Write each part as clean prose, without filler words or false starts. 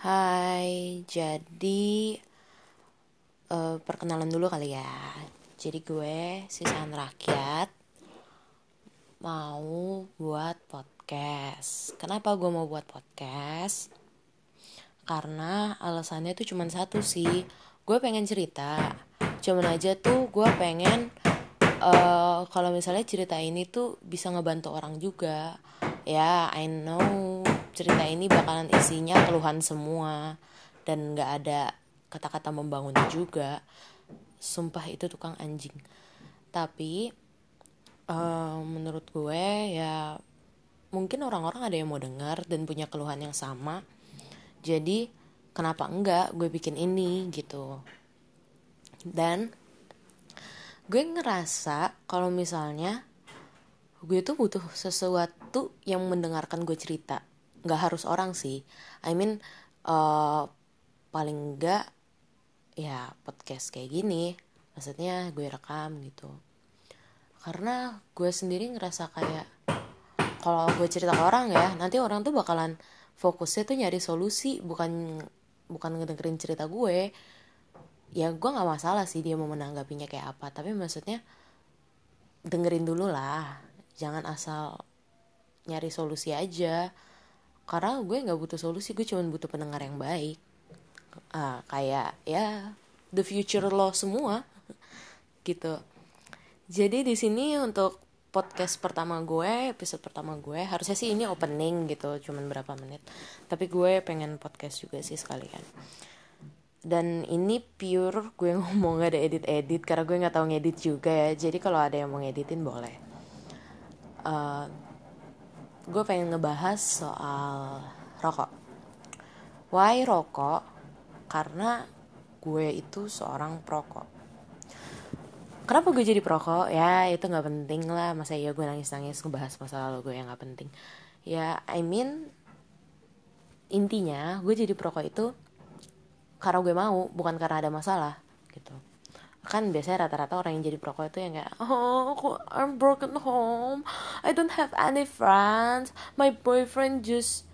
Hai, jadi perkenalan dulu kali ya. Jadi gue sisaan rakyat mau buat podcast. Kenapa gue mau buat podcast? Karena alasannya tuh cuma satu sih. Gue pengen cerita. Cuman aja tuh gue pengen kalau misalnya cerita ini tuh bisa ngebantu orang juga. Ya, I know cerita ini bakalan isinya keluhan semua dan nggak ada kata-kata membangun juga. Sumpah itu tukang anjing. Tapi menurut gue ya mungkin orang-orang ada yang mau dengar dan punya keluhan yang sama. Jadi kenapa enggak gue bikin ini gitu. Dan gue ngerasa kalau misalnya gue tuh butuh sesuatu yang mendengarkan gue cerita. Nggak harus orang sih. I mean paling enggak ya podcast kayak gini. Maksudnya gue rekam gitu. Karena gue sendiri ngerasa kayak kalau gue cerita ke orang ya, nanti orang tuh bakalan fokusnya tuh nyari solusi, bukan ngedengerin cerita gue. Ya gue nggak masalah sih dia mau menanggapinya kayak apa, tapi maksudnya dengerin dulu lah, jangan asal nyari solusi aja. Karena gue nggak butuh solusi, gue cuma butuh pendengar yang baik. Kayak ya the future lo semua gitu. Jadi di sini untuk podcast pertama gue, episode pertama gue, harusnya sih ini opening gitu, cuman berapa menit. Tapi gue pengen podcast juga sih sekalian. Dan ini pure gue ngomong gak ada edit-edit karena gue nggak tahu ngedit juga ya. Jadi kalau ada yang mau ngeditin boleh. Gue pengen ngebahas soal rokok. Why rokok? Karena gue itu seorang perokok. Kenapa gue jadi perokok? Ya itu gak penting lah. Masa iya gue nangis-nangis ngebahas masa lalu gue yang gak penting. Ya I mean intinya gue jadi perokok itu karena gue mau, bukan karena ada masalah gitu. Kan biasanya rata-rata orang yang jadi perokok itu yang kayak, oh I'm broken home, I don't have any friends, my boyfriend just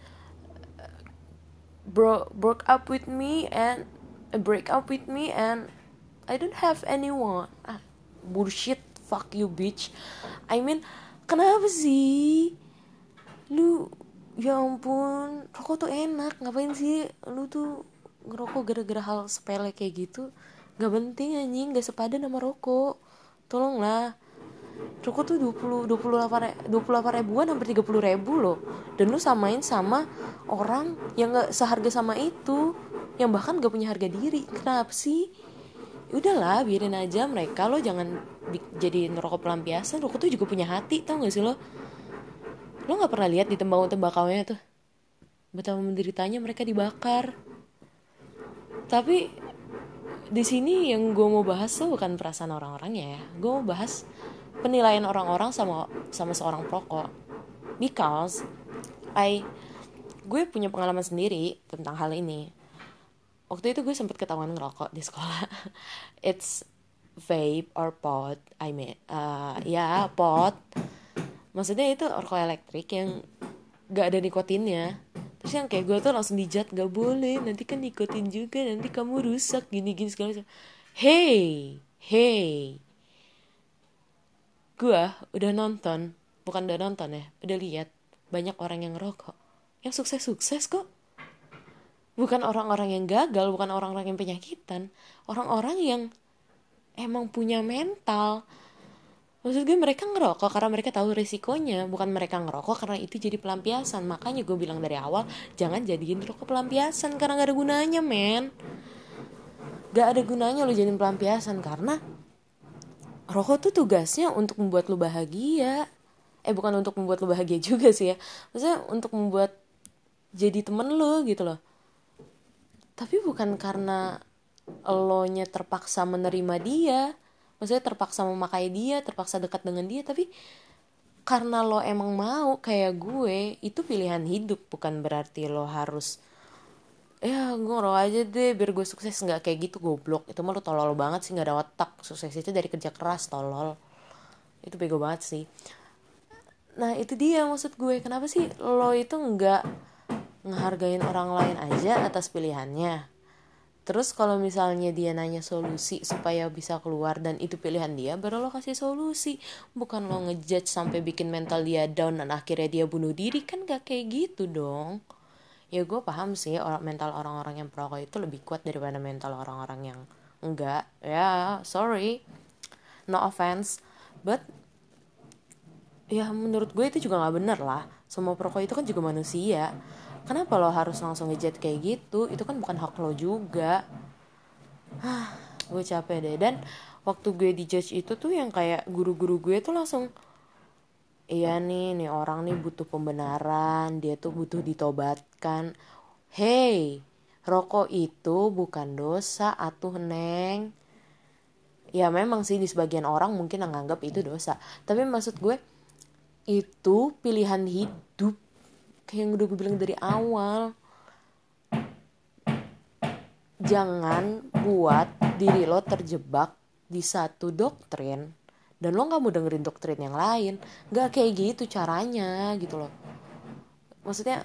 broke up with me and break up with me and I don't have anyone. Bullshit, fuck you bitch. I mean, kenapa sih lu, ya ampun, rokok tuh enak, ngapain sih lu tuh ngerokok gara-gara hal sepele kayak gitu. Gak penting anjing, gak sepadan sama rokok. Tolonglah. Rokok tuh 28 ribuan sampai 30 ribu loh. Dan lu samain sama orang yang gak seharga sama itu, yang bahkan gak punya harga diri. Kenapa sih? Udahlah, biarin aja mereka. Lo jangan jadiin rokok pelampiasan. Rokok tuh juga punya hati, tau gak sih lo? Lo gak pernah lihat di tembakau-tembakaunya tuh betapa menderitanya mereka dibakar. Tapi di sini yang gue mau bahas tuh bukan perasaan orang-orangnya ya. Gue mau bahas penilaian orang-orang sama seorang perokok. Because gue punya pengalaman sendiri tentang hal ini. Waktu itu gue sempet ketahuan ngerokok di sekolah. It's vape or pod. I mean, ya pod. Maksudnya itu rokok elektrik yang gak ada nikotinnya. Terus yang kayak gue tuh langsung dijat, gak boleh, nanti kan nikotin juga, nanti kamu rusak, gini-gini segala macam. Hey, gue udah nonton, bukan udah nonton ya, udah lihat banyak orang yang ngerokok, yang sukses-sukses kok. Bukan orang-orang yang gagal, bukan orang-orang yang penyakitan, orang-orang yang emang punya mental. Maksud gue mereka ngerokok karena mereka tahu resikonya, bukan mereka ngerokok karena itu jadi pelampiasan. Makanya gue bilang dari awal, jangan jadiin rokok pelampiasan karena gak ada gunanya, men. Gak ada gunanya lo jadiin pelampiasan karena rokok tuh tugasnya untuk membuat lo bahagia. Bukan untuk membuat lo bahagia juga sih ya. Maksudnya untuk membuat jadi temen lo gitu loh. Tapi bukan karena lo nya terpaksa menerima dia, maksudnya terpaksa memakai dia, terpaksa dekat dengan dia, tapi karena lo emang mau kayak gue. Itu pilihan hidup, bukan berarti lo harus ya gue ngerokok aja deh biar gue sukses. Nggak kayak gitu, goblok. Itu mah lo tolol banget sih, nggak ada otak. Sukses itu dari kerja keras, tolol. Itu bego banget sih. Nah itu dia maksud gue, kenapa sih lo itu nggak ngehargain orang lain aja atas pilihannya. Terus kalau misalnya dia nanya solusi supaya bisa keluar dan itu pilihan dia, baru lo kasih solusi. Bukan lo ngejudge sampai bikin mental dia down dan akhirnya dia bunuh diri, kan gak kayak gitu dong. Ya gue paham sih mental orang-orang yang perokok itu lebih kuat daripada mental orang-orang yang enggak. Ya, sorry. No offense. But ya menurut gue itu juga gak bener lah. Semua perokok itu kan juga manusia. Kenapa lo harus langsung ngejudge kayak gitu? Itu kan bukan hak lo juga. Gue capek deh. Dan waktu gue dijudge itu tuh yang kayak guru-guru gue tuh langsung, iya nih orang nih butuh pembenaran, dia tuh butuh ditobatkan. Hey, rokok itu bukan dosa atuh neng. Ya memang sih di sebagian orang mungkin menganggap itu dosa, tapi maksud gue itu pilihan hidup. Kayak yang udah gue bilang dari awal, jangan buat diri lo terjebak di satu doktrin dan lo gak mau dengerin doktrin yang lain. Gak kayak gitu caranya gitu loh. Maksudnya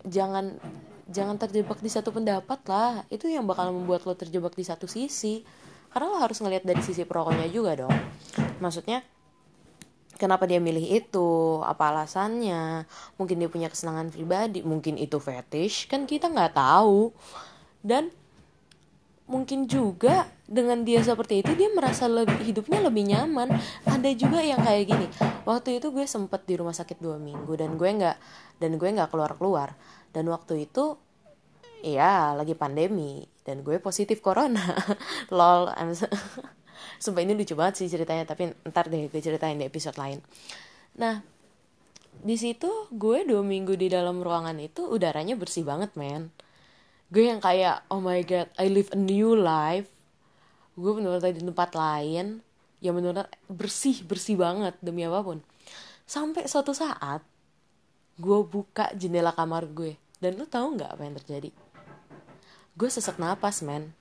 jangan terjebak di satu pendapat lah. Itu yang bakal membuat lo terjebak di satu sisi. Karena lo harus ngelihat dari sisi perokoknya juga dong. Maksudnya kenapa dia milih itu, apa alasannya. Mungkin dia punya kesenangan pribadi, mungkin itu fetish, kan kita gak tahu. Dan mungkin juga dengan dia seperti itu dia merasa hidupnya lebih nyaman. Ada juga yang kayak gini, waktu itu gue sempet di rumah sakit 2 minggu dan gue nggak keluar, dan waktu itu ya lagi pandemi dan gue positif corona. Lol. Sumpah ini lucu banget sih ceritanya, tapi ntar deh gue ceritain di episode lain. Nah, di situ gue 2 minggu di dalam ruangan itu udaranya bersih banget men. Gue yang kayak oh my god, I live a new life. Gue bener-bener di tempat lain yang bener-bener bersih banget demi apapun. Sampai suatu saat gue buka jendela kamar gue dan lu tahu nggak apa yang terjadi? Gue sesak napas men.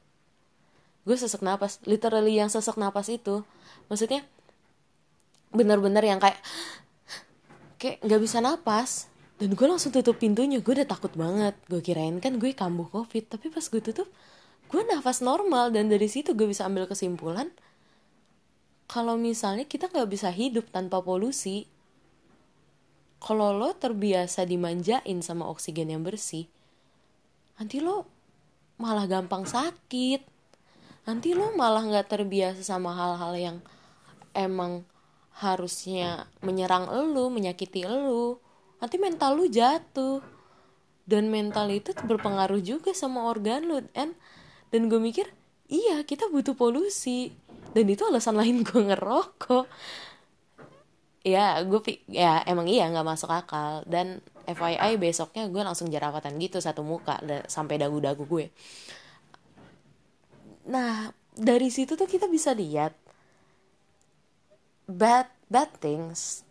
Gue sesak napas, literally yang sesak napas itu. Maksudnya bener-bener yang kayak nggak bisa napas. Dan gue langsung tutup pintunya. Gue udah takut banget. Gue kirain kan gue kambuh covid, tapi pas gue tutup gue nafas normal. Dan dari situ gue bisa ambil kesimpulan kalau misalnya kita nggak bisa hidup tanpa polusi. Kalau lo terbiasa dimanjain sama oksigen yang bersih, nanti lo malah gampang sakit. Nanti lo malah nggak terbiasa sama hal-hal yang emang harusnya menyerang elu, menyakiti elu. Nanti mental lu jatuh. Dan mental itu berpengaruh juga sama organ lu. Dan gue mikir, iya kita butuh polusi. Dan itu alasan lain gue ngerokok. Ya emang iya gak masuk akal. Dan FYI besoknya gue langsung jerawatan gitu satu muka sampai dagu-dagu gue. Nah dari situ tuh kita bisa lihat bad things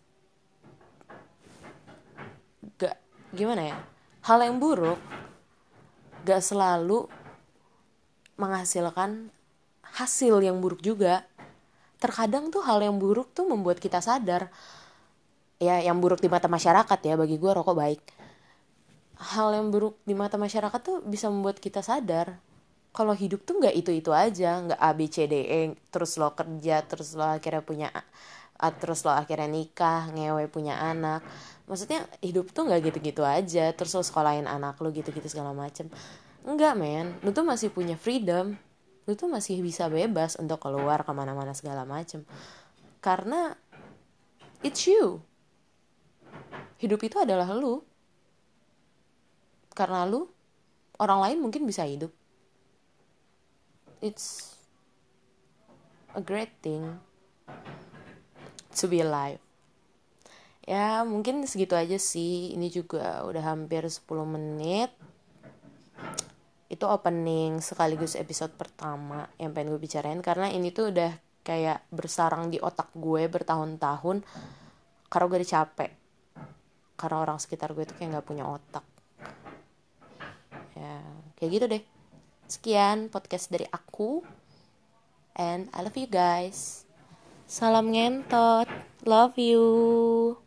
gak, gimana ya, hal yang buruk gak selalu menghasilkan hasil yang buruk juga. Terkadang tuh hal yang buruk tuh membuat kita sadar. Ya yang buruk di mata masyarakat ya, bagi gue rokok baik. Hal yang buruk di mata masyarakat tuh bisa membuat kita sadar kalau hidup tuh gak itu-itu aja, gak A, B, C, D, E, terus lo kerja, terus lo akhirnya nikah, ngewe, punya anak. Maksudnya hidup tuh gak gitu-gitu aja, terus lo sekolahin anak lo gitu-gitu segala macem. Enggak men, lo tuh masih punya freedom. Lo tuh masih bisa bebas untuk keluar kemana-mana segala macem. Karena it's you. Hidup itu adalah lo. Karena lo, orang lain mungkin bisa hidup. It's a great thing to be alive. Ya mungkin segitu aja sih. Ini juga udah hampir 10 menit. Itu opening sekaligus episode pertama yang pengen gue bicarain. Karena ini tuh udah kayak bersarang di otak gue bertahun-tahun. Karena gue udah capek. Karena orang sekitar gue tuh kayak gak punya otak. Ya kayak gitu deh. Sekian podcast dari aku. And I love you guys. Salam ngentot. Love you.